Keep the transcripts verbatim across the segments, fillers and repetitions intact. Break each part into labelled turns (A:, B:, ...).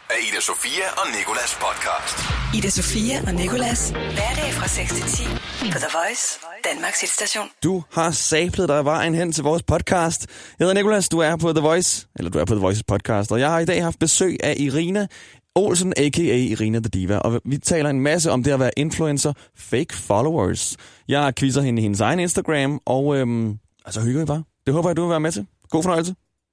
A: af Ida Sofia og Nicolas podcast.
B: Ida Sofia og Nicolas. Hverdag fra seks til ti på The Voice, Danmarks hitstation.
C: Du har sablet dig vejen hen til vores podcast. Jeg hedder Nicolas, du er på The Voice, eller du er på The Voice's podcast, og jeg har i dag haft besøg af Irina Olsen, a k a. Irina The Diva, og vi taler en masse om det at være influencer, fake followers. Jeg quizzer hende i hendes egen Instagram, og øhm, altså hygger vi bare. Det håber jeg, du vil være med til. God fornøjelse.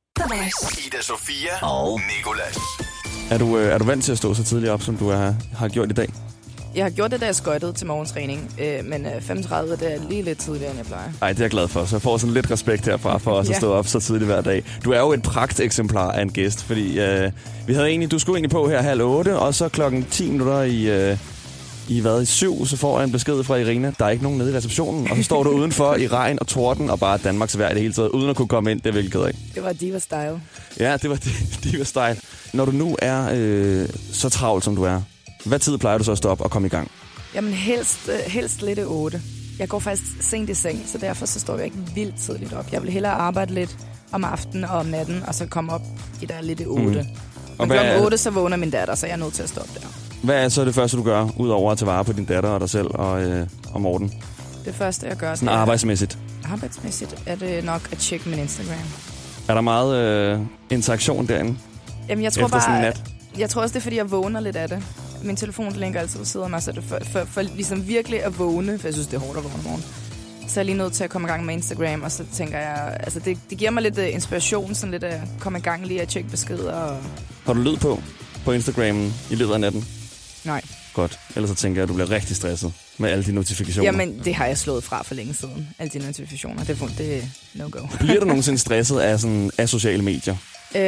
A: Ida Sofia og Nicolas.
C: Er du, øh, er du vant til at stå så tidligt op, som du er, har gjort i dag?
D: Jeg har gjort det, da jeg skøjtede til morgentræning, øh, men øh, femogtredive, det er lige lidt tidligere, end jeg plejer.
C: Nej, det er jeg glad for. Så jeg får sådan lidt respekt herfra for os ja. at stå op så tidligt hver dag. Du er jo et pragteksemplar af en gæst, fordi øh, vi havde egentlig, du skulle egentlig på her halv otte, og så klokken ti minutter i, øh, i hvad, i syv, så får jeg en besked fra Irina. Der er ikke nogen nede i receptionen, og så står du udenfor i regn og torden, og bare Danmarks vejr i det hele taget, uden at kunne komme ind. Det er virkelig ked af.
D: Det var diva-style.
C: Ja, det var diva-style. Når du nu er øh, så travlt, som du er, hvad tid plejer du så at stå op og komme i gang?
D: Jamen helst, helst lidt otte. Jeg går faktisk sent i seng, så derfor så står jeg ikke vildt tidligt op. Jeg vil hellere arbejde lidt om aftenen og om natten, og så komme op i der lidt otte. Mm. Men klokken otte, så vågner min datter, så jeg er nødt til at stå op der.
C: Hvad er så det første, du gør, udover at tage vare på din datter og dig selv og, øh, og Morten?
D: Det første, jeg gør...
C: Sådan arbejdsmæssigt?
D: Arbejdsmæssigt er det nok at tjekke min Instagram.
C: Er der meget øh, interaktion derinde?
D: Jamen, jeg tror
C: efter sådan en
D: bare...
C: nat?
D: Jeg tror også, det er, fordi jeg vågner lidt af det. Min telefon linker altid ved siden af mig, så det for, for, for ligesom virkelig at vågne, for jeg synes, det er hårdt at vågne om morgenen. Så er jeg lige nødt til at komme i gang med Instagram, og så tænker jeg, altså det, det giver mig lidt uh, inspiration, sådan lidt at komme i gang lige at tjekke beskeder. Og...
C: Har du lyd på på Instagramen i løbet af natten?
D: Nej.
C: Godt. Ellers så tænker jeg, at du bliver rigtig stresset med alle de notifikationer.
D: Jamen, det har jeg slået fra for længe siden. Alle de notifikationer. Det er, det er no-go.
C: Bliver du nogensinde stresset af, sådan, af sociale medier?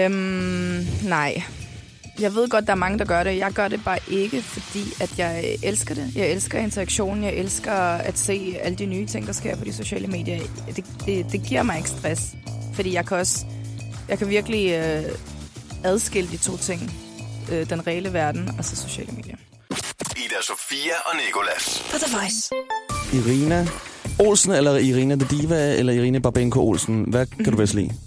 D: Øhm, nej. Jeg ved godt, der er mange, der gør det. Jeg gør det bare ikke, fordi at jeg elsker det. Jeg elsker interaktionen. Jeg elsker at se alle de nye ting, der sker på de sociale medier. Det, det, det giver mig ikke stress. Fordi jeg kan også... Jeg kan virkelig øh, adskille de to ting. Øh, den reelle verden og så sociale medier.
A: Ida Sofia og Nicolas.
B: For The Voice.
C: Irina Olsen, eller Irina The Diva, eller Irina Barbenko Olsen. Hvad kan mm-hmm. du bedst lide?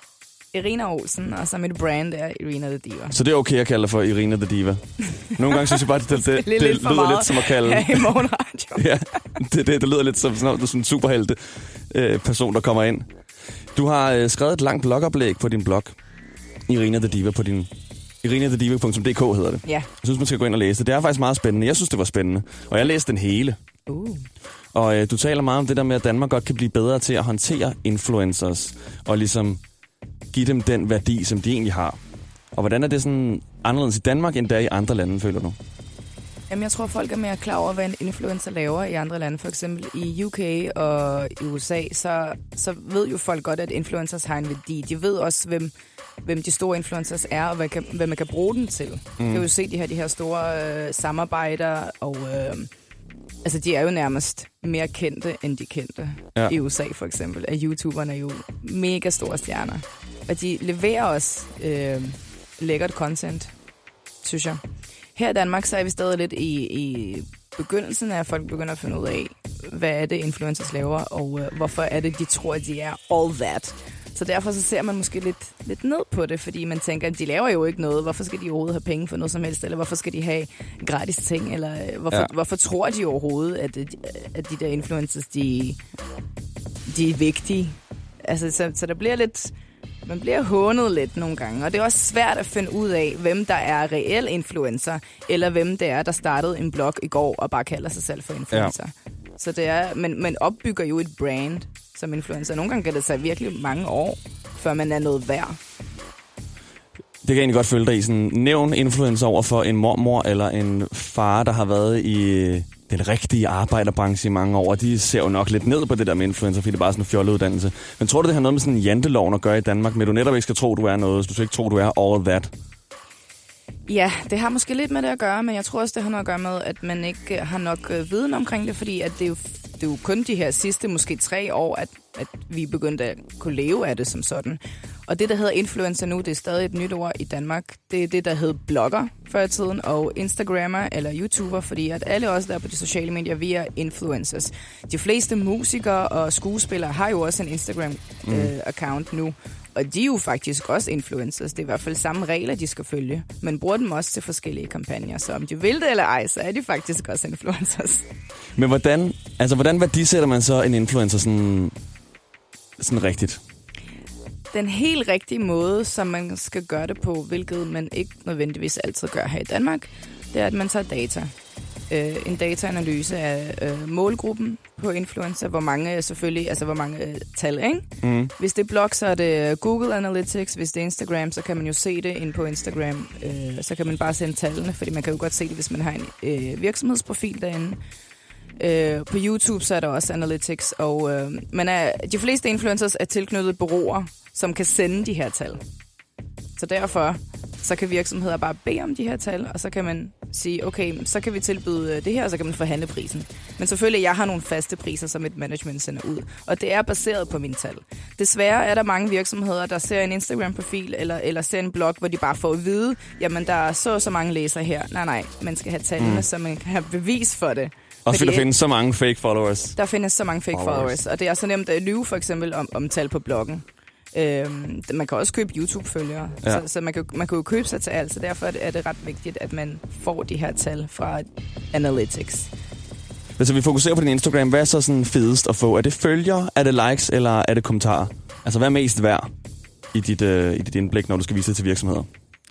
D: Irina Olsen, og så mit brand er Irina The Diva.
C: Så det er okay at kalde for Irina The Diva? Nogle gange synes jeg bare, det, det, det, det lyder lidt som at kalde...
D: Ja, i morgenradio.
C: Ja, det, det, det lyder lidt som sådan, du er sådan en superhelte øh, person, der kommer ind. Du har øh, skrevet et langt blogoplæg på din blog, Irina The Diva, på din... irina the diva punktum d k hedder det.
D: Ja.
C: Jeg synes, man skal gå ind og læse det. Det er faktisk meget spændende. Jeg synes, det var spændende. Og jeg læste den hele.
D: Uh.
C: Og øh, du taler meget om det der med, at Danmark godt kan blive bedre til at håndtere influencers. Og ligesom give dem den værdi, som de egentlig har. Og hvordan er det sådan anderledes i Danmark, end der i andre lande, føler du?
D: Jamen, jeg tror, folk er mere klar over, hvad en influencer laver i andre lande. For eksempel i U K og i U S A, så, så ved jo folk godt, at influencers har en værdi. De ved også, hvem, hvem de store influencers er, og hvad, kan, hvad man kan bruge dem til. Mm. Du kan jo se, de her, de her store øh, samarbejder, og øh, altså, de er jo nærmest mere kendte, end de kendte. Ja. I U S A for eksempel, at YouTuberne er jo mega store stjerner. Og de leverer også øh, lækkert content, synes jeg. Her i Danmark, så er vi stadig lidt i, i begyndelsen af, at folk begynder at finde ud af, hvad er det, influencers laver, og øh, hvorfor er det, de tror, at de er all that. Så derfor så ser man måske lidt, lidt ned på det, fordi man tænker, at de laver jo ikke noget. Hvorfor skal de overhovedet have penge for noget som helst? Eller hvorfor skal de have gratis ting? Eller øh, hvorfor, ja. hvorfor tror de overhovedet, at, at de der influencers, de, de er vigtige? Altså, så, så der bliver lidt... Man bliver hånet lidt nogle gange, og det er også svært at finde ud af, hvem der er reel influencer, eller hvem det er, der startede en blog i går og bare kalder sig selv for influencer. Ja. Så det er, men man opbygger jo et brand som influencer. Nogle gange kan det tage virkelig mange år, før man er noget værd.
C: Det kan jeg egentlig godt følge dig i. Sådan, nævn influencer over for en mormor eller en far, der har været i den rigtige arbejderbranche i mange år. De ser jo nok lidt ned på det der med influencer, fordi det er bare sådan en fjolleuddannelse. Men tror du, det har noget med sådan en janteloven at gøre i Danmark, men du netop ikke skal tro, du er noget, så du ikke tror, du er all that?
D: Ja, det har måske lidt med det at gøre, men jeg tror også, det har noget at gøre med, at man ikke har nok viden omkring det, fordi at det, er jo, det er jo kun de her sidste måske tre år, at, at vi begyndte at kunne leve af det som sådan. Og det, der hedder influencer nu, det er stadig et nyt ord i Danmark. Det er det, der hedder blogger før i tiden, og Instagrammer eller YouTuber, fordi at alle os, der er på de sociale medier, vi er influencers. De fleste musikere og skuespillere har jo også en Instagram-account mm. øh, nu, og de er jo faktisk også influencers. Det er i hvert fald samme regler, de skal følge. Men bruger dem også til forskellige kampagner. Så om de vil det eller ej, så er de faktisk også influencers.
C: Men hvordan, altså, hvordan værdisætter man så en influencer sådan, sådan rigtigt?
D: Den helt rigtige måde, som man skal gøre det på, hvilket man ikke nødvendigvis altid gør her i Danmark, det er, at man tager data. Øh, en dataanalyse af øh, målgruppen på influencer, hvor mange selvfølgelig, altså hvor mange øh, tal, ikke? Mm. Hvis det er blog, så er det Google Analytics. Hvis det er Instagram, så kan man jo se det ind på Instagram. Øh, så kan man bare sende tallene, fordi man kan jo godt se det, hvis man har en øh, virksomhedsprofil derinde. Øh, på YouTube, så er der også Analytics, og øh, man er, de fleste influencers er tilknyttet bureauer, som kan sende de her tal. Så derfor så kan virksomheder bare bede om de her tal, og så kan man sige, okay, så kan vi tilbyde det her, og så kan man forhandle prisen. Men selvfølgelig, jeg har nogle faste priser, som et management sender ud, og det er baseret på mine tal. Desværre er der mange virksomheder, der ser en Instagram-profil, eller, eller ser en blog, hvor de bare får at vide, jamen der er så så mange læsere her. Nej, nej, man skal have tallene, mm. så man kan have bevis for det.
C: Også fordi der findes så mange fake followers.
D: Der findes så mange fake followers, followers og det er så nemt at lyve for eksempel om, om tal på bloggen. Øhm, man kan også købe YouTube-følgere, ja. så, så man, kan, man kan jo købe sig til alt, så derfor er det ret vigtigt, at man får de her tal fra Analytics.
C: Hvis vi fokuserer på din Instagram, hvad er så sådan fedest at få? Er det følger, er det likes, eller er det kommentarer? Altså, hvad er mest værd i dit, øh, i dit indblik, når du skal vise det til virksomheder?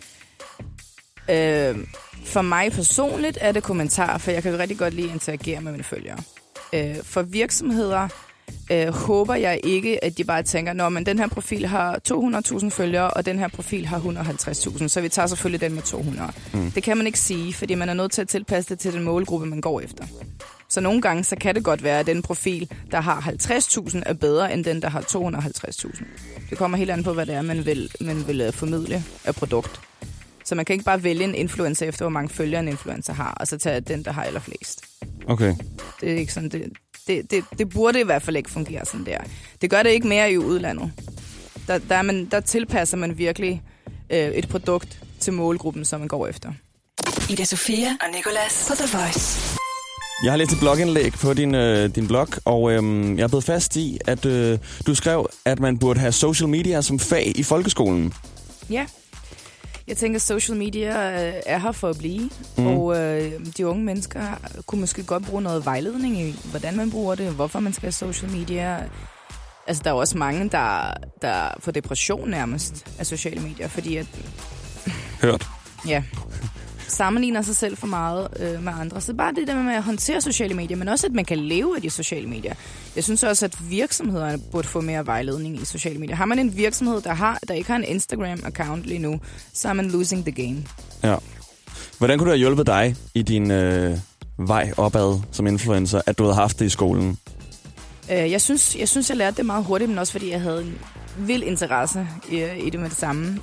D: Øh, for mig personligt er det kommentarer, for jeg kan rigtig godt lide at interagere med mine følgere. Øh, for virksomheder øh, håber jeg ikke, at de bare tænker, nå, men den her profil har to hundrede tusind følgere, og den her profil har et hundrede og halvtreds tusind, så vi tager selvfølgelig den med to hundrede. Mm. Det kan man ikke sige, fordi man er nødt til at tilpasse det til den målgruppe, man går efter. Så nogle gange, så kan det godt være, at den profil, der har halvtreds tusind, er bedre end den, der har to hundrede og halvtreds tusind. Det kommer helt an på, hvad det er, man vil, man vil formidle af produkt. Så man kan ikke bare vælge en influencer efter, hvor mange følgere en influencer har, og så tage den, der har allerflest.
C: Okay.
D: Det er ikke sådan, det, det, det, det burde i hvert fald ikke fungere sådan der. Det gør det ikke mere i udlandet. Der, der, er man, der tilpasser man virkelig øh, et produkt til målgruppen, som man går efter.
B: Ida Sofia og Nicolas på The Voice.
C: Jeg har læst et blogindlæg på din, øh, din blog, og øh, jeg er blevet fast i, at øh, du skrev, at man burde have social media som fag i folkeskolen.
D: Ja. Jeg tænker, at social media er her for at blive, mm. og øh, de unge mennesker kunne måske godt bruge noget vejledning i, hvordan man bruger det, hvorfor man skal have social media. Altså, der er også mange, der, der får depression nærmest af sociale medier, fordi at...
C: Hørt.
D: Ja. Sammenligner sig selv for meget øh, med andre. Så bare det der med at håndtere sociale medier, men også at man kan leve af de sociale medier. Jeg synes også, at virksomhederne burde få mere vejledning i sociale medier. Har man en virksomhed, der, har, der ikke har en Instagram-account lige nu, så er man losing the game.
C: Ja. Hvordan kunne det have hjulpet dig i din øh, vej opad som influencer, at du havde haft det i skolen?
D: Øh, jeg, synes, jeg synes, jeg lærte det meget hurtigt, men også fordi jeg havde en vild interesse i, i det med det samme.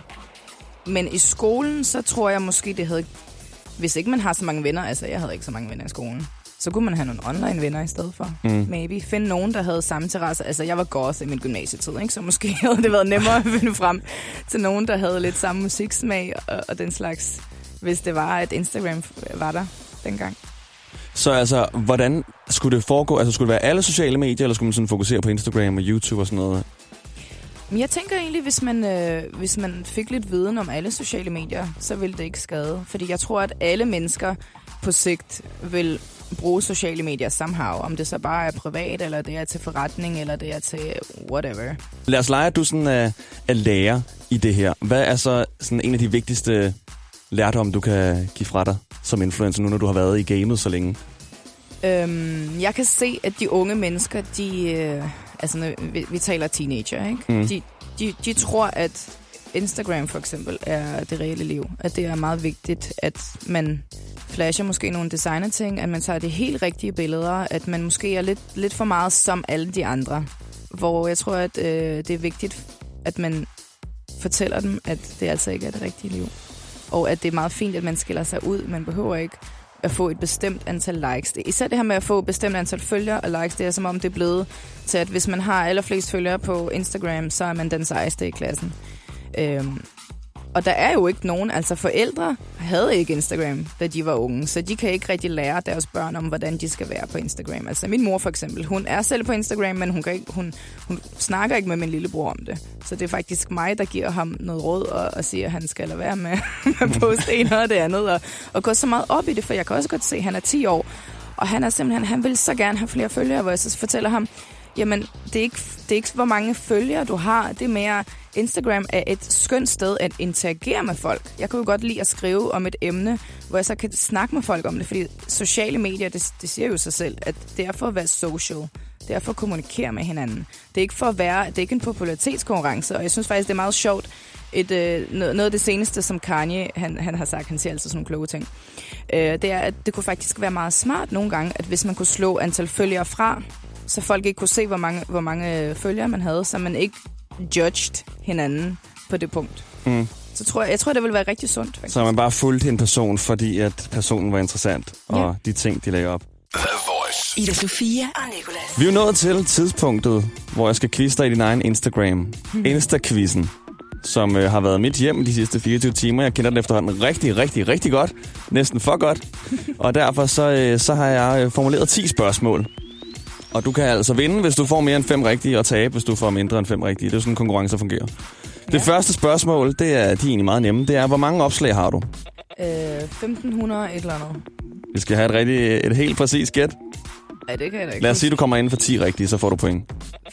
D: Men i skolen, så tror jeg måske, det havde... Hvis ikke man har så mange venner, altså jeg havde ikke så mange venner i skolen, så kunne man have nogle online venner i stedet for. Mm. Maybe. Finde nogen, der havde samme interesse. Altså jeg var goth i min gymnasietid, ikke? Så måske havde det været nemmere at finde frem til nogen, der havde lidt samme musiksmag og, og den slags, hvis det var, at Instagram var der dengang.
C: Så altså, hvordan skulle det foregå? Altså skulle det være alle sociale medier, eller skulle man sådan fokusere på Instagram og YouTube og sådan noget?
D: Men jeg tænker egentlig, hvis man, øh, hvis man fik lidt viden om alle sociale medier, så ville det ikke skade. Fordi jeg tror, at alle mennesker på sigt vil bruge sociale medier somehow. Om det så bare er privat, eller det er til forretning, eller det er til whatever. Lad os lege, at du sådan er, er lærer i det her. Hvad er så sådan en af de vigtigste lærdomme, du kan give fra dig som influencer, nu når du har været i gamet så længe? Øhm, jeg kan se, at de unge mennesker, de... Øh, altså, vi, vi taler teenager, ikke? Mm. De, de, de tror, at Instagram for eksempel er det reelle liv. At det er meget vigtigt, at man flasher måske nogle designerting, at man tager de helt rigtige billeder, at man måske er lidt, lidt for meget som alle de andre. Hvor jeg tror, at øh, det er vigtigt, at man fortæller dem, at det altså ikke er det rigtige liv. Og at det er meget fint, at man skiller sig ud. Man behøver ikke at få et bestemt antal likes. Det, især det her med at få et bestemt antal følgere og likes, det er som om det er blevet til, at hvis man har allerflest følgere på Instagram, så er man den sejeste i klassen. Øhm, og der er jo ikke nogen, altså forældre havde ikke Instagram, da de var unge, så de kan ikke rigtig lære deres børn om, hvordan de skal være på Instagram. Altså min mor for eksempel, hun er selv på Instagram, men hun, kan ikke, hun, hun snakker ikke med min lillebror om det. Så det er faktisk mig, der giver ham noget råd og, og siger, at han skal lade være med at poste en og det andet, og, og gå så meget op i det, for jeg kan også godt se, at han er ti år, og han er simpelthen, han vil så gerne have flere følgere, hvor jeg så fortæller ham, jamen, det er, ikke, det er ikke, hvor mange følgere du har. Det er mere, Instagram er et skønt sted at interagere med folk. Jeg kan jo godt lide at skrive om et emne, hvor jeg så kan snakke med folk om det, fordi sociale medier, det, det siger jo sig selv, at det er for at være social. Det er for at kommunikere med hinanden. Det er ikke for at være, det er ikke en popularitetskonkurrence, og jeg synes faktisk, det er meget sjovt. Et, øh, noget af det seneste, som Kanye han, han har sagt, han siger altså sådan nogle kloge ting, øh, det er, at det kunne faktisk være meget smart nogle gange, at hvis man kunne slå antal følgere fra, så folk ikke kunne se, hvor mange, hvor mange følgere man havde, så man ikke judged hinanden på det punkt. Mm. Så tror jeg, jeg tror, det ville være rigtig sundt, faktisk.
C: Så man bare fulgte en person, fordi at personen var interessant, og ja. de ting, de lagde op.
A: The Voice.
B: Ida Sofia og Nicolas.
C: Vi er jo nået til tidspunktet, hvor jeg skal quizze dig i din egen Instagram. Mm. Insta-quizzen, som øh, har været mit hjem de sidste fireogtyve timer. Jeg kender den efterhånden rigtig, rigtig, rigtig godt. Næsten for godt. Og derfor så, øh, så har jeg formuleret ti spørgsmål. Og du kan altså vinde, hvis du får mere end fem rigtige, og tabe, hvis du får mindre end fem rigtige. Det er jo sådan, en konkurrence fungerer. Ja. Det første spørgsmål, det er, de er egentlig meget nemme. Det er, hvor mange opslag har du?
D: Øh, femten hundrede et eller andet.
C: Vi skal have et, rigtig, et helt præcis gæt.
D: Ja, det kan jeg da ikke.
C: Lad os sige, du kommer inden for ti rigtige, så får du point.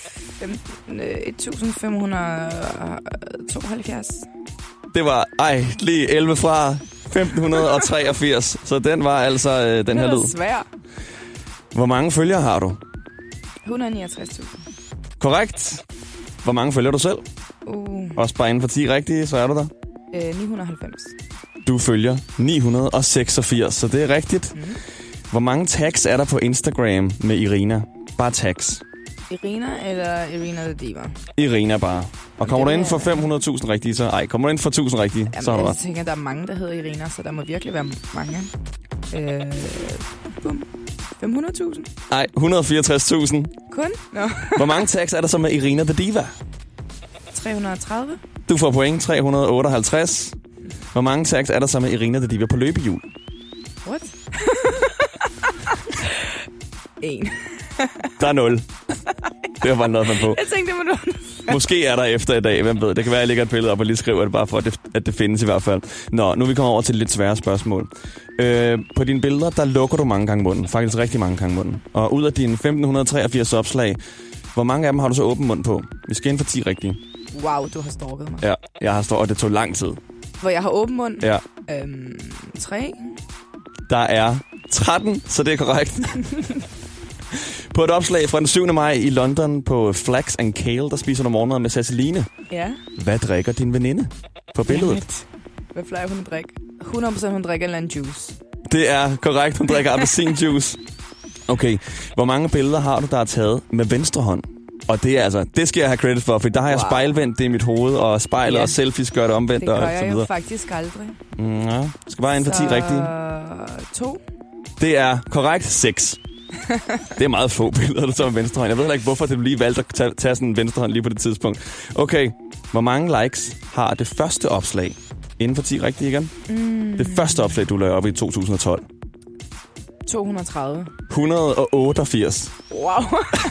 D: femten, et tusind fem hundrede tooghalvfjerds.
C: Det var, ej, lige elleve fra femten treogfirs. Så den var altså øh, den her lyd.
D: Det var svær.
C: Hvor mange følgere har du?
D: et hundrede og niogtres tusind.
C: Korrekt. Hvor mange følger du selv?
D: Uh.
C: Også bare inden for ti rigtige, så er du der.
D: Øh, ni hundrede og halvfems.
C: Du følger ni hundrede og seksogfirs, så det er rigtigt. Mm. Hvor mange tags er der på Instagram med Irina? Bare tags.
D: Irina eller Irina the Diva?
C: Irina bare. Og kommer du ind for fem hundrede tusind rigtige, så... Ej, kommer du ind for tusind rigtige,
D: jamen,
C: så er du
D: jeg
C: ret.
D: tænker, der er mange, der hedder Irina, så der må virkelig være mange. Øh, bum. fem hundrede tusind?
C: Nej, et hundrede og fireogtres tusind.
D: Kun? No.
C: Hvor mange tags er der så med Irina the Diva?
D: tre hundrede og tredive.
C: Du får point, tre hundrede og otteoghalvtreds. Hvor mange tags er der så med Irina the Diva på løbehjul?
D: What? En.
C: Der er nul. Det var bare noget, man på.
D: Jeg tænkte, det må du...
C: Måske er der efter i dag, hvem ved. Det kan være, at jeg lægger et billede op og lige skriver det, bare for, at det, at det findes i hvert fald. Nå, nu er vi kommet over til et lidt svære spørgsmål. Øh, på dine billeder, der lukker du mange gange munden. Faktisk rigtig mange gange munden. Og ud af dine femten treogfirs opslag, hvor mange af dem har du så åben mund på? Vi skal ind for ti rigtige.
D: Wow, du har stalket mig.
C: Ja, jeg har stalket, og det tog lang tid.
D: Hvor jeg har åben mund?
C: Ja.
D: Øhm, tre.
C: Der er tretten, så det er korrekt. På et opslag fra den syvende maj i London på Flax and Kale, der spiser du morgenmad med Ceciline.
D: Ja.
C: Hvad drikker din veninde på billedet?
D: Jamen. Hvad plejer hun at drikke? hundrede procent hun drikker en eller anden juice.
C: Det er korrekt, hun drikker appelsinjuice. Okay, hvor mange billeder har du, der er taget med venstre hånd? Og det er altså, det skal jeg have credit for, for der har jeg wow. spejlvendt det i mit hoved, og spejlet ja. og selfies gør det omvendt.
D: Det gør
C: og
D: jeg
C: så videre.
D: jo faktisk aldrig.
C: Mm, ja, skal bare ind for ti rigtige.
D: To.
C: Det er korrekt seks. Det er meget få billeder, du tager med venstre hånd. Jeg ved heller ikke, hvorfor du lige valgte at tage, tage sådan en venstre hånd lige på det tidspunkt. Okay, hvor mange likes har det første opslag? Inden for ti rigtige igen. Mm. Det første opslag, du lagde op i to tusind og tolv.
D: to hundrede og tredive.
C: et hundrede og otteogfirs.
D: Wow.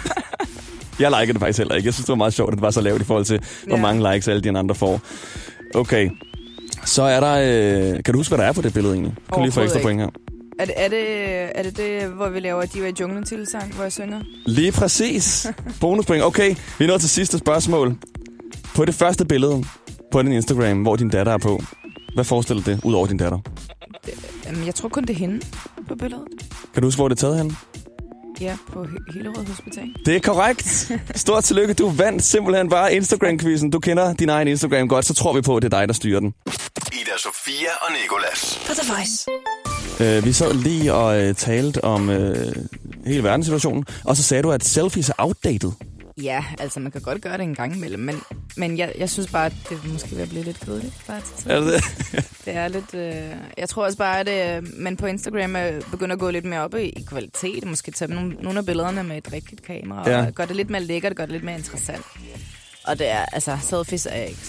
C: Jeg likede det faktisk heller ikke. Jeg synes, det var meget sjovt, at det var så lavt i forhold til, yeah. hvor mange likes alle de andre får. Okay, så er der... Øh... Kan du huske, hvad der er på det billede egentlig? Kan du lige få ekstra point her?
D: Er det, er, det, er det det, hvor vi laver Diva i junglen til sang, hvor jeg synger?
C: Lige præcis. Bonuspoint. Okay, vi er nået til sidste spørgsmål. På det første billede på din Instagram, hvor din datter er på, hvad forestiller det, ud over din datter?
D: Det, jamen, jeg tror kun, det er hende på billedet.
C: Kan du huske, hvor det er taget henne?
D: Ja, på Hillerød Hospital.
C: Det er korrekt. Stort tillykke. Du vandt simpelthen bare Instagram-quizzen. Du kender din egen Instagram godt, så tror vi på, at det er dig, der styrer den.
A: Ida Sofia og Nicolas.
B: For The Voice.
C: Uh, vi sad lige og uh, talte om uh, hele verdenssituationen, og så sagde du, at selfies er outdated.
D: Ja, altså man kan godt gøre det en gang imellem, men, men jeg, jeg synes bare, at det måske vil blive lidt kedeligt. Bare til
C: er det det?
D: Det er lidt... Øh, jeg tror også bare, at øh, man på Instagram øh, begynder at gå lidt mere op i, i kvalitet, måske tage nogle, nogle af billederne med et rigtigt kamera, ja. Og gøre det lidt mere lækkert, gøre det lidt mere interessant. Og det er, altså, selfies er ikke så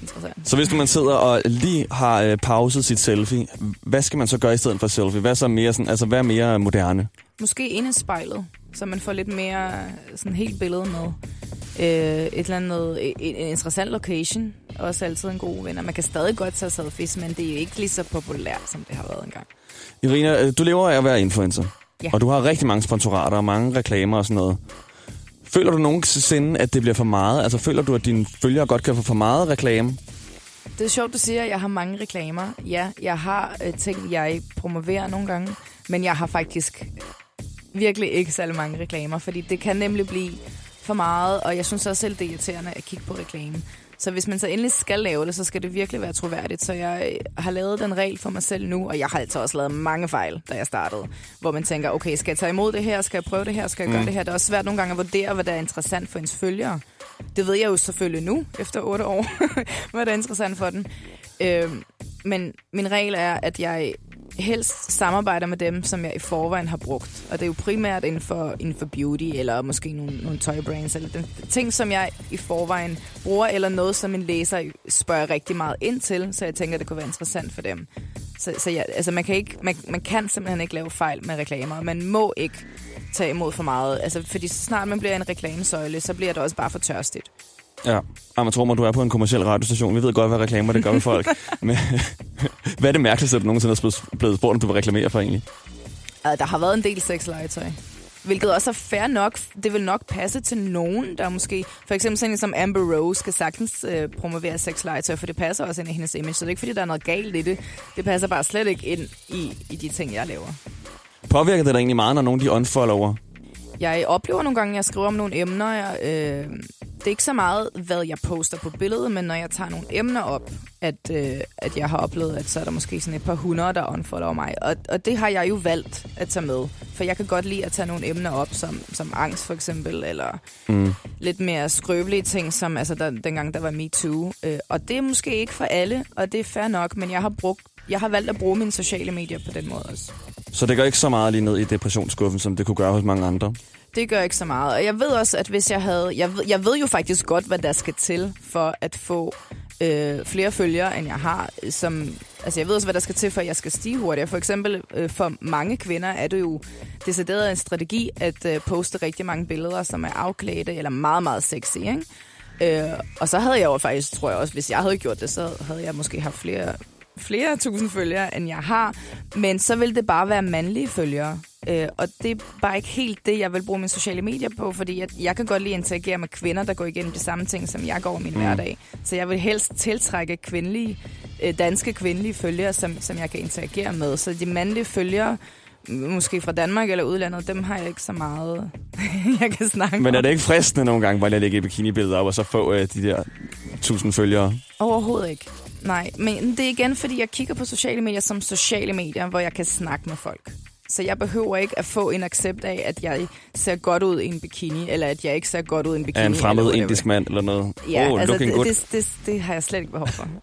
D: interessant.
C: Så hvis man sidder og lige har øh, pauset sit selfie, hvad skal man så gøre i stedet for selfie? Hvad er så mere sådan, altså hvad er mere moderne?
D: Måske inde i spejlet, så man får lidt mere sådan helt billede med. Øh, et eller andet, en, en interessant location, også altid en god ven. Man kan stadig godt tage selfies, men det er jo ikke lige så populært, som det har været engang.
C: Irina, du lever af at være influencer,
D: ja.
C: Og du har rigtig mange sponsorater og mange reklamer og sådan noget. Føler du nogensinde, at det bliver for meget? Altså føler du, at dine følgere godt kan få for meget reklame?
D: Det er sjovt, du siger, at jeg har mange reklamer. Ja, jeg har øh, ting, jeg promoverer nogle gange, men jeg har faktisk virkelig ikke særlig mange reklamer, fordi det kan nemlig blive for meget, og jeg synes også selv, det er irriterende at kigge på reklame. Så hvis man så endelig skal lave det, så skal det virkelig være troværdigt. Så jeg har lavet den regel for mig selv nu, og jeg har altså også lavet mange fejl, da jeg startede. Hvor man tænker, okay, skal jeg tage imod det her? Skal jeg prøve det her? Skal jeg mm. gøre det her? Det er også svært nogle gange at vurdere, hvad der er interessant for ens følgere. Det ved jeg jo selvfølgelig nu, efter otte år, hvad der er interessant for den. Øh, men min regel er, at jeg helst samarbejder med dem, som jeg i forvejen har brugt. Og det er jo primært inden for, inden for beauty, eller måske nogle, nogle tøjbrands, eller den, ting, som jeg i forvejen bruger, eller noget, som en læser spørger rigtig meget ind til, så jeg tænker, det kunne være interessant for dem. Så, så ja, altså man kan, ikke, man, man kan simpelthen ikke lave fejl med reklamer. Man må ikke tage imod for meget. Altså, fordi så snart man bliver en reklamesøjle, så bliver det også bare for tørstigt.
C: Ja, og man tror mig, du er på en kommerciel radiostation. Vi ved godt, hvad reklamer det gør med folk. Men hvad er det mærkeligste, at du nogensinde er blevet spurgt, om du vil reklamere for egentlig?
D: Der har været en del sexlegetøj. Hvilket også er fair nok. Det vil nok passe til nogen, der måske... For eksempel sådan en som Amber Rose skal sagtens øh, promovere sexlegetøj, for det passer også ind i hendes image. Så det er ikke, fordi der er noget galt i det. Det passer bare slet ikke ind i, i de ting, jeg laver.
C: Påvirker det dig egentlig meget, når nogen de unfollower?
D: Jeg oplever nogle gange, at jeg skriver om nogle emner. Jeg, øh, det er ikke så meget, hvad jeg poster på billedet, men når jeg tager nogle emner op, at, øh, at jeg har oplevet, at så er der måske sådan et par hundrede, der unfollower mig. Og, og det har jeg jo valgt at tage med. For jeg kan godt lide at tage nogle emner op, som, som angst for eksempel, eller mm. lidt mere skrøbelige ting, som altså der, dengang der var MeToo. Øh, og det er måske ikke for alle, og det er fair nok, men jeg har, brugt, jeg har valgt at bruge mine sociale medier på den måde også. Så
C: det går ikke så meget lige ned i depressionsskuffen, som det kunne gøre hos mange andre?
D: Det gør ikke så meget. Og jeg ved også, at hvis jeg havde... Jeg ved, jeg ved jo faktisk godt, hvad der skal til for at få øh, flere følgere, end jeg har. Som, altså jeg ved også, hvad der skal til, for at jeg skal stige hurtigere. For eksempel øh, for mange kvinder er det jo decideret en strategi at øh, poste rigtig mange billeder, som er afklædte eller meget, meget sexy, ikke? Øh, og så havde jeg jo faktisk, tror jeg også, hvis jeg havde gjort det, så havde jeg måske haft flere... flere tusind følgere, end jeg har. Men så vil det bare være mandlige følgere. Øh, og det er bare ikke helt det, jeg vil bruge mine sociale medier på, fordi jeg, jeg kan godt lide at interagere med kvinder, der går igennem de samme ting, som jeg går i min mm. hverdag. Så jeg vil helst tiltrække kvindelige, øh, danske kvindelige følgere, som, som jeg kan interagere med. Så de mandlige følgere, måske fra Danmark eller udlandet, dem har jeg ikke så meget, jeg kan snakke om.
C: Men er det ikke fristende nogle gange, hvor jeg lægger bikini-billeder op, og så få øh, de der tusind følgere?
D: Overhovedet ikke. Nej, men det er igen, fordi jeg kigger på sociale medier som sociale medier, hvor jeg kan snakke med folk. Så jeg behøver ikke at få en accept af, at jeg ser godt ud i en bikini, eller at jeg ikke ser godt ud i en bikini.
C: Er en fremmed indisk mand eller noget?
D: Ja,
C: oh,
D: altså det, det, det, det har jeg slet ikke behov for.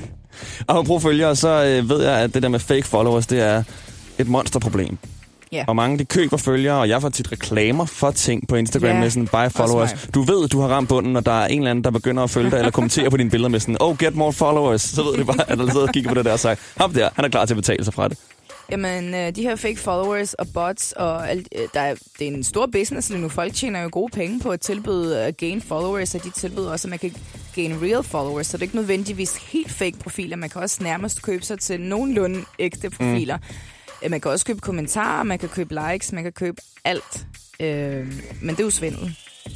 C: Og at bruge følgere, så øh, ved jeg, at det der med fake followers, det er et monsterproblem. Yeah. Og mange de køber følgere, og jeg får tit reklamer for ting på Instagram yeah. med sådan buy followers. Du ved, du har ramt bunden, og der er en eller anden, der begynder at følge dig eller kommentere på dine billeder med sådan, oh, get more followers. Så ved du bare, at der sidder og kigger på det der og siger, ham der, han er klar til at betale sig fra det.
D: Jamen, de her fake followers og bots, og alt, der er, det er en stor business lige nu. Folk tjener jo gode penge på at tilbyde at gain followers, og de tilbyder også, at man kan gain real followers, så det er ikke nødvendigvis helt fake profiler. Man kan også nærmest købe sig til nogenlunde ægte profiler. Mm. Man kan også købe kommentarer, man kan købe likes, man kan købe alt. Øh, men det er jo svindel.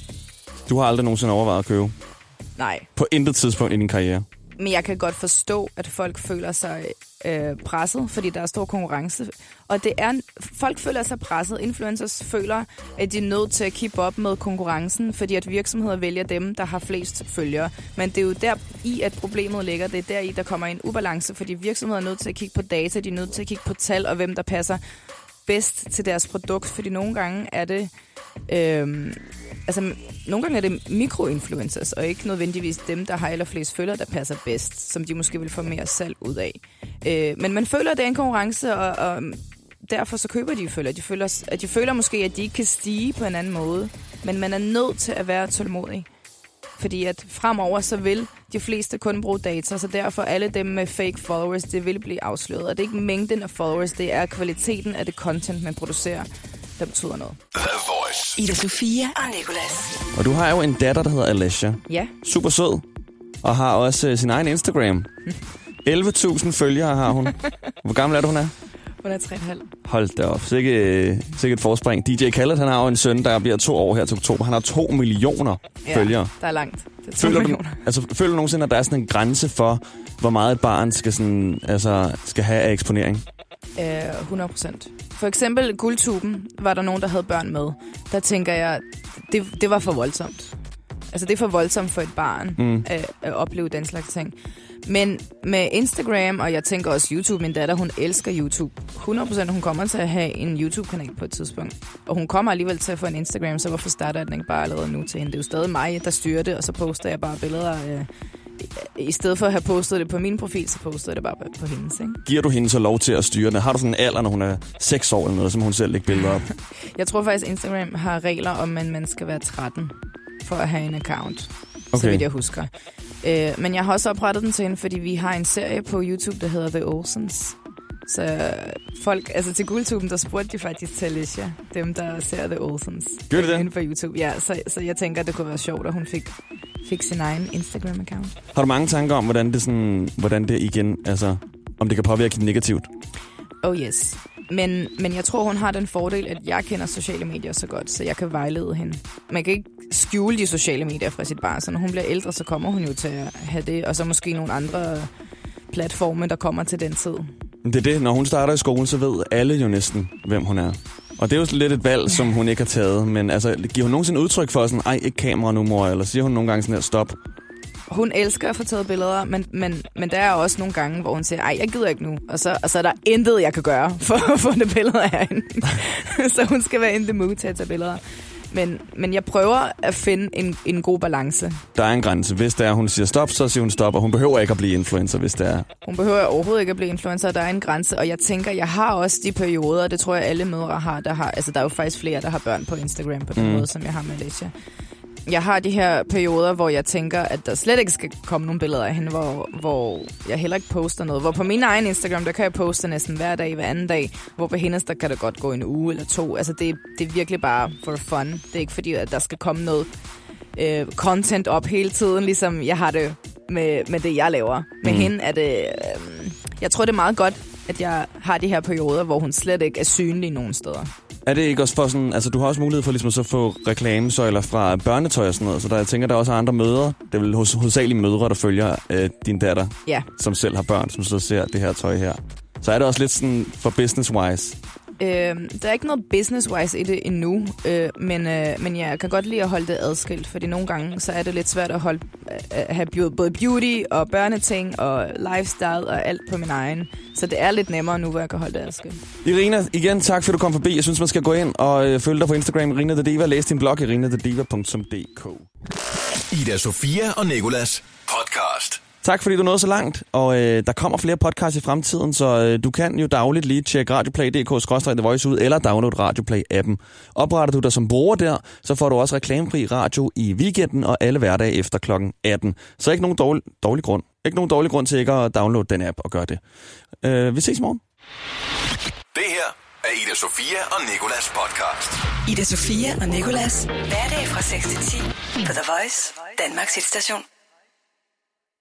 C: Du har aldrig nogensinde overvejet at købe?
D: Nej.
C: På intet tidspunkt i din karriere?
D: Men jeg kan godt forstå, at folk føler sig øh, presset, fordi der er stor konkurrence. Og det er, folk føler sig presset. Influencers føler, at de er nødt til at keep up med konkurrencen, fordi at virksomheder vælger dem, der har flest følgere. Men det er jo der i, at problemet ligger. Det er der i, der kommer en ubalance, fordi virksomheder er nødt til at kigge på data, de er nødt til at kigge på tal, og hvem der passer bedst til deres produkt. Fordi nogle gange er det... Øh, Altså, nogle gange er det mikroinfluencers, og ikke nødvendigvis dem, der har allerflest følgere, der passer bedst, som de måske vil få mere salg ud af. Øh, men man føler, at det er en konkurrence, og, og derfor så køber de følgere. De føler, at de føler måske, at de ikke kan stige på en anden måde, men man er nødt til at være tålmodig. Fordi at fremover, så vil de fleste kun bruge data, så derfor alle dem med fake followers, det vil blive afsløret. Og det er ikke mængden af followers, det er kvaliteten af det content, man producerer, der betyder noget.
A: The Voice.
B: Ida Sofia og Nicolas.
C: Og du har jo en datter, der hedder Alessia.
D: Ja.
C: Super sød. Og har også uh, sin egen Instagram. elleve tusind følgere har hun. Hvor gammel er du, hun er?
D: Hun er tre komma fem.
C: Hold da op. Sikke, sikke et forspring. D J Khaled, han har jo en søn, der bliver to år her til oktober. Han har to millioner
D: Ja,
C: følgere.
D: der er langt. Det er
C: Føler du,
D: millioner.
C: altså, føler du nogensinde, at der er sådan en grænse for, hvor meget et barn skal, sådan, altså, skal have af eksponering?
D: Øh, hundrede procent. For eksempel Guldtuben var der nogen, der havde børn med. Der tænker jeg, det, det var for voldsomt. Altså det er for voldsomt for et barn mm. at, at opleve den slags ting. Men med Instagram, og jeg tænker også YouTube, min datter, hun elsker YouTube. hundrede procent hun kommer til at have en YouTube-kanal på et tidspunkt. Og hun kommer alligevel til at få en Instagram, så hvorfor starter den ikke bare allerede nu til hende? Det er jo stadig mig, der styrer det, og så poster jeg bare billeder. Øh, I stedet for at have postet det på min profil, så poster jeg det bare på hendes. Ikke?
C: Giver du hende så lov til at styre den? Har du sådan en alder, når hun er seks år eller noget, som hun selv lægger billeder op? Jeg
D: tror faktisk, Instagram har regler om, at man skal være tretten for at have en account.
C: Okay.
D: Så vidt jeg husker. Øh, men jeg har også oprettet den til hende, fordi vi har en serie på YouTube, der hedder The Olsens. Så folk, altså til Guldtuben, der spurgte de faktisk til Alessia, dem der ser The Olsens.
C: Gør det det?
D: Inden for YouTube, ja. Så, så jeg tænker, at det kunne være sjovt, at hun fik, fik sin egen Instagram-account.
C: Har du mange tanker om, hvordan det, sådan, hvordan det igen, altså, om det kan påvirke det negativt?
D: Oh yes. Men, men jeg tror, hun har den fordel, at jeg kender sociale medier så godt, så jeg kan vejlede hende. Man kan ikke skjule de sociale medier fra sit barn, så når hun bliver ældre, så kommer hun jo til at have det, og så måske nogle andre platforme, der kommer til den tid.
C: Det er det, når hun starter i skolen, så ved alle jo næsten, hvem hun er. Og det er jo lidt et valg, som hun ikke har taget, men altså, giver hun nogensinde udtryk for sådan, ej, ikke kamera nu, mor, eller siger hun nogle gange sådan her, stop?
D: Hun elsker at få taget billeder, men, men, men der er også nogle gange, hvor hun siger, ej, jeg gider ikke nu. Og så, og så er der intet, jeg kan gøre for at få det billeder af hende. Så hun skal være in the mood til at tage billeder. Men, men jeg prøver at finde en, en god balance.
C: Der er en grænse. Hvis det er, hun siger stop, så siger hun stop, og hun behøver ikke at blive influencer, hvis det er.
D: Hun behøver overhovedet ikke at blive influencer, der er en grænse. Og jeg tænker, jeg har også de perioder, det tror jeg alle mødre har, der har. Altså, der er jo faktisk flere, der har børn på Instagram på den mm. måde, som jeg har med Alessia. Jeg har de her perioder, hvor jeg tænker, at der slet ikke skal komme nogle billeder af hende, hvor, hvor jeg heller ikke poster noget. Hvor på min egen Instagram, der kan jeg poste næsten hver dag, hver anden dag. Hvor på hendes, der kan det godt gå en uge eller to. Altså det, det er virkelig bare for fun. Det er ikke fordi, at der skal komme noget øh, content op hele tiden, ligesom jeg har det med, med det, jeg laver. Med mm. hende er det... Øh, jeg tror, det er meget godt, at jeg har de her perioder, hvor hun slet ikke er synlig nogen steder.
C: Er det ikke også for sådan, altså du har også mulighed for ligesom at så få reklamesøjler fra børnetøj og sådan noget, så der, jeg tænker, der er også andre mødre, det er vel hovedsageligt mødre, der følger øh, din datter,
D: ja.
C: Som selv har børn, som så ser det her tøj her. Så er det også lidt sådan for business-wise?
D: Øh, der er ikke noget business-wise i det endnu, øh, men, øh, men jeg kan godt lide at holde det adskilt, fordi nogle gange så er det lidt svært at holde, at have både beauty og børneting og lifestyle og alt på min egen. Så det er lidt nemmere nu, hvor jeg kan holde det adskilt.
C: Irina, igen tak for, at du kom forbi. Jeg synes, man skal gå ind og øh, følge dig på Instagram, Irina The Diva. Læs din blog, irina the diva punktum d k.
A: Ida Sofia og Nicolas podcast.
C: Tak fordi du nåede så langt, og øh, der kommer flere podcasts i fremtiden, så øh, du kan jo dagligt lige tjekke radioplay punktum d k skråstreg the voice ud, eller download Radioplay-appen. Opretter du dig som bruger der, så får du også reklamefri radio i weekenden og alle hverdage efter klokken atten. Så ikke nogen dårlig, dårlig grund. Ikke nogen dårlig grund til ikke at downloade den app og gøre det. Øh, vi ses i morgen.
A: Det her er Ida Sofia og Nicolas podcast.
B: Ida Sofia og Nicolas. Hverdag fra seks til ti på The Voice, Danmarks hitstation.